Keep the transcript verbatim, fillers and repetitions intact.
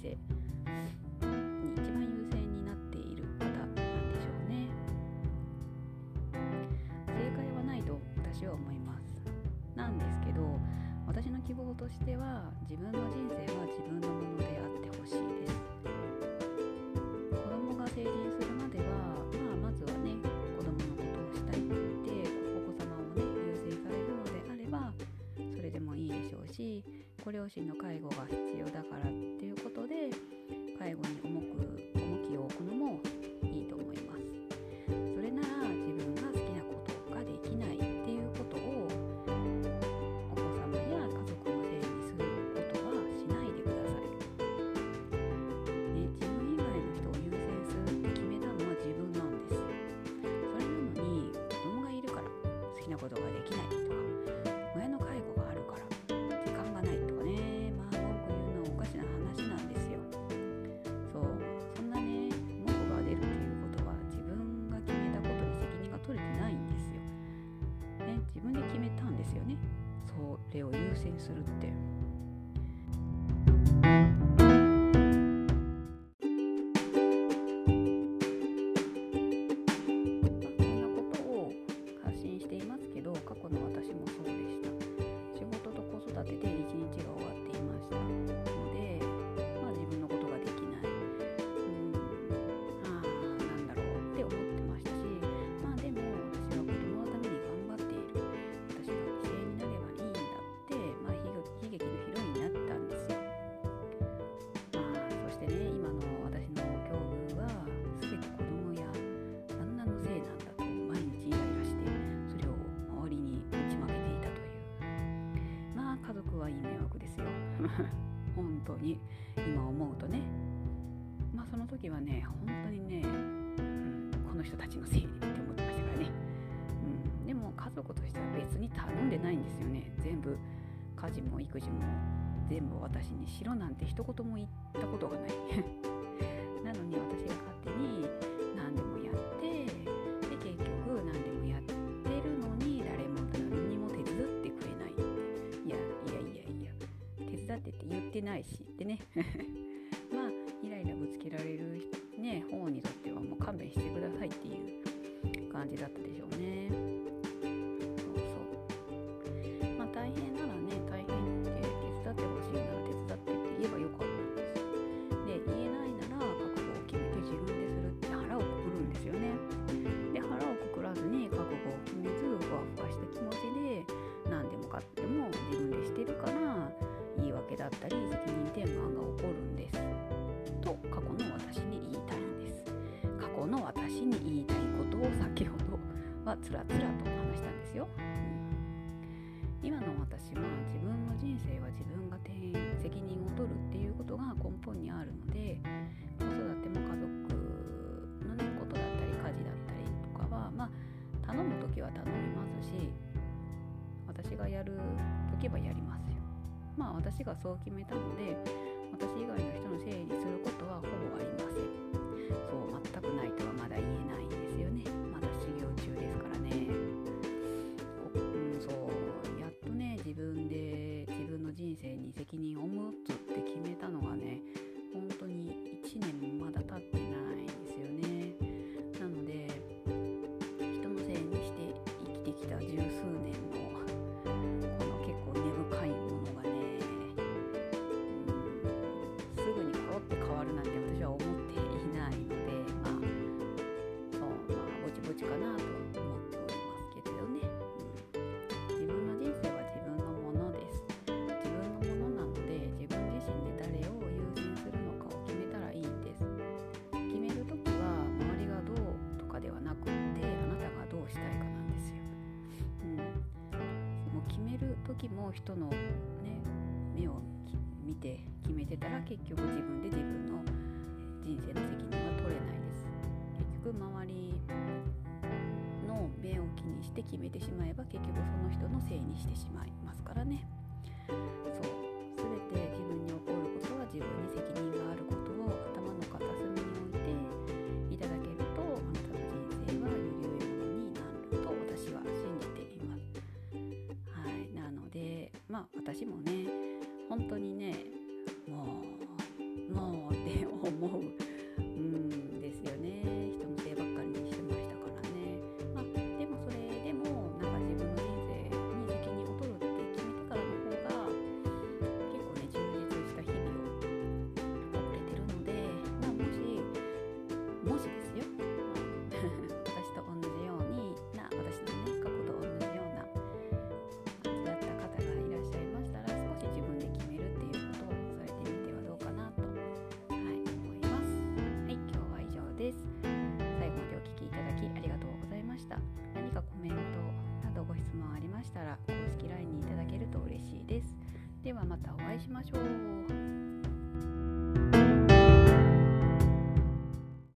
生に一番優先になっている方なんでしょうね。正解はないと私は思います。なんですけど、私の希望としては自分の人生は自分のものであってほしいです。子供が成人するまでは、まあ、まずはね子供のことをしたいってお子様をね優先されるのであればそれでもいいでしょうし、ご両親の介護が必要だからっていうことで介護に重く重きを置くのもいいと思います。それなら自分が好きなことができないっていうことをお子様や家族のせいにすることはしないでください、ね、自分以外の人を優先するって決めたのは自分なんです。それなのに子供がいるから好きなことができないとか、親の介護があるから時間がないとかね、まあ文句言うのはおかしな話なんですよ。そうそんなね文句が出るっていうことは自分が決めたことに責任が取れてないんですよ、ね、自分で決めたんですよね。それを優先するってこんなことを発信していますけど、過去の私もそうでした。仕事と子育てで一日が終わっていましたので、まあ自分のことができない、うん、ああなんだろうって思ってましたし、まあでも私は子供のために頑張っている、私が犠牲になればいいんだって、まあ悲劇のヒロインになったんですよ。まあそしてね、今の私の境遇は全て子供や旦那のせいなんだと毎日イライラして、それを周りに打ちまけていたという、まあ家族はいい迷惑ですよ本当に今思うとね。まあその時はね本当にね、うん、この人たちのせいでって思ってましたからね、うん、でも家族としては別に頼んでないんですよね。全部家事も育児も全部私にしろなんて一言も言ったことがないなのに私が勝手に何でもやって、で結局何でもやってるのに誰も何にも手伝ってくれない。いやいやいやいや手伝ってって言ってないしってねまあイライラぶつけられるね方にとってはもう勘弁してくださいっていう感じだったでしょうね。そうそう、まあ大変ならね大変って手伝ってほしいなら手伝ってって言えばよかったんです。で言えないなら覚悟を決めて自分でするって腹をくくるんですよね。で腹をくくらずに覚悟を決めずふわふわした気持ちで何でもかっても自分でしてるから言い訳だったり責任転換が起こるんですと過去の私に言いたいんです。過去の私に言いたいことを先ほどはつらつらと話したんですよ、うん、今の私は自分の人生は自分が責任を取るっていうことが根本にあるので、子育ても家族の、ね、ことだったり家事だったりとかは、まあ、頼むときは頼みますし、私がやるときはやりますよ。まあ私がそう決めたので、私以外の人のせいにすることはほぼありません。そう全くないとはまだ言えないんですよね。まだ修行中ですからね。うん、そうやっとね自分で自分の人生に責任を持つって決めたのがね本当にいちねんもまだ経ってないんですよね。なので人のせいにして生きてきた十数年のこの結構根深いものがね、うん、すぐにコロって変わるなんて私は思っていないので、まあそうまあぼちぼちかなと思っておりますけれどね、うん、自分の人生は自分のものです。自分のものなので自分自身で誰を優先するのかを決めたらいいんです。決めるときは周りがどうとかではなくってあなたがどうしたいかなんですよ、うん、もう決めるときも人の、ね、目を見て決めてたら結局自分で自分の人生の責任は取れないです。結局周りの目を気にして決めてしまえば結局その人のせいにしてしまいますからね。そう全て自分に起こることは自分に責任があることを頭の片隅に置いていただけるとあなたの人生はより良いものになると私は信じています。はい、なのでまあ私もね本当にねもうも思ううんですよね。人のせいばっかりにしてましたからね。まあでもそれでもなんか自分の人生に責任を取るって決めてからの方が結構ね充実した日々を送れてるので、まあもしもしですよ、まあ、私と同じようにな私のね過去と同じような感じだった方がいらっしゃいましたら、少し自分で決めるっていうことをされてみてはどうかなと、はい、思います。はい、今日は以上です。最後までお聞きいただきありがとうございました。何かコメントなどご質問ありましたら公式 ライン にいただけると嬉しいです。ではまたお会いしましょう。